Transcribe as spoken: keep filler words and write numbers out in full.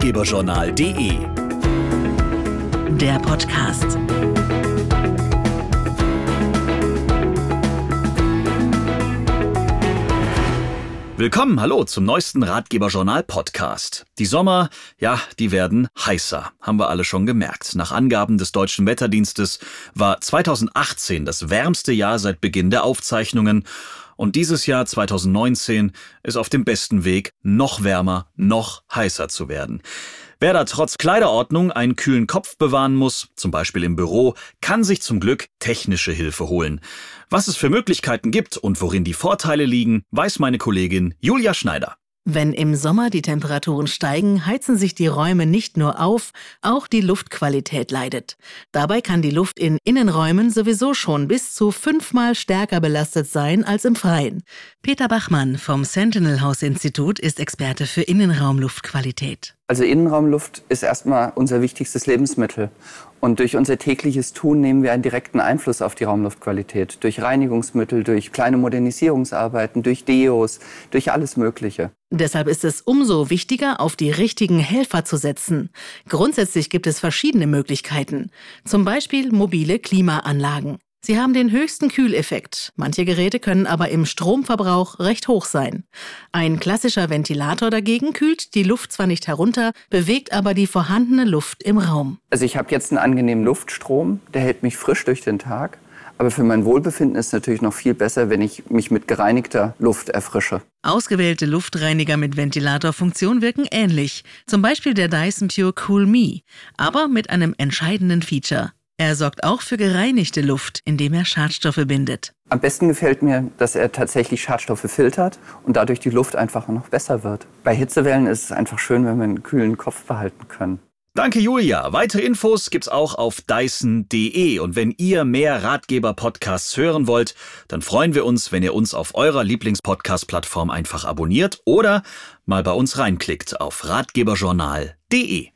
ratgeberjournal punkt de. Der Podcast. Willkommen, hallo zum neuesten Ratgeberjournal-Podcast. Die Sommer, ja, die werden heißer, haben wir alle schon gemerkt. Nach Angaben des Deutschen Wetterdienstes war zweitausendachtzehn das wärmste Jahr seit Beginn der Aufzeichnungen. Und dieses Jahr zweitausendneunzehn ist auf dem besten Weg, noch wärmer, noch heißer zu werden. Wer da trotz Kleiderordnung einen kühlen Kopf bewahren muss, zum Beispiel im Büro, kann sich zum Glück technische Hilfe holen. Was es für Möglichkeiten gibt und worin die Vorteile liegen, weiß meine Kollegin Julia Schneider. Wenn im Sommer die Temperaturen steigen, heizen sich die Räume nicht nur auf, auch die Luftqualität leidet. Dabei kann die Luft in Innenräumen sowieso schon bis zu fünfmal stärker belastet sein als im Freien. Peter Bachmann vom Sentinel House Institut ist Experte für Innenraumluftqualität. Also Innenraumluft ist erstmal unser wichtigstes Lebensmittel. Und durch unser tägliches Tun nehmen wir einen direkten Einfluss auf die Raumluftqualität. Durch Reinigungsmittel, durch kleine Modernisierungsarbeiten, durch Deos, durch alles Mögliche. Deshalb ist es umso wichtiger, auf die richtigen Helfer zu setzen. Grundsätzlich gibt es verschiedene Möglichkeiten. Zum Beispiel mobile Klimaanlagen. Sie haben den höchsten Kühleffekt. Manche Geräte können aber im Stromverbrauch recht hoch sein. Ein klassischer Ventilator dagegen kühlt die Luft zwar nicht herunter, bewegt aber die vorhandene Luft im Raum. Also ich habe jetzt einen angenehmen Luftstrom, der hält mich frisch durch den Tag. Aber für mein Wohlbefinden ist es natürlich noch viel besser, wenn ich mich mit gereinigter Luft erfrische. Ausgewählte Luftreiniger mit Ventilatorfunktion wirken ähnlich. Zum Beispiel der Dyson Pure Cool Me, aber mit einem entscheidenden Feature. Er sorgt auch für gereinigte Luft, indem er Schadstoffe bindet. Am besten gefällt mir, dass er tatsächlich Schadstoffe filtert und dadurch die Luft einfach noch besser wird. Bei Hitzewellen ist es einfach schön, wenn wir einen kühlen Kopf behalten können. Danke, Julia. Weitere Infos gibt's auch auf Dyson punkt de. Und wenn ihr mehr Ratgeber-Podcasts hören wollt, dann freuen wir uns, wenn ihr uns auf eurer Lieblings-Podcast-Plattform einfach abonniert oder mal bei uns reinklickt auf ratgeberjournal punkt de.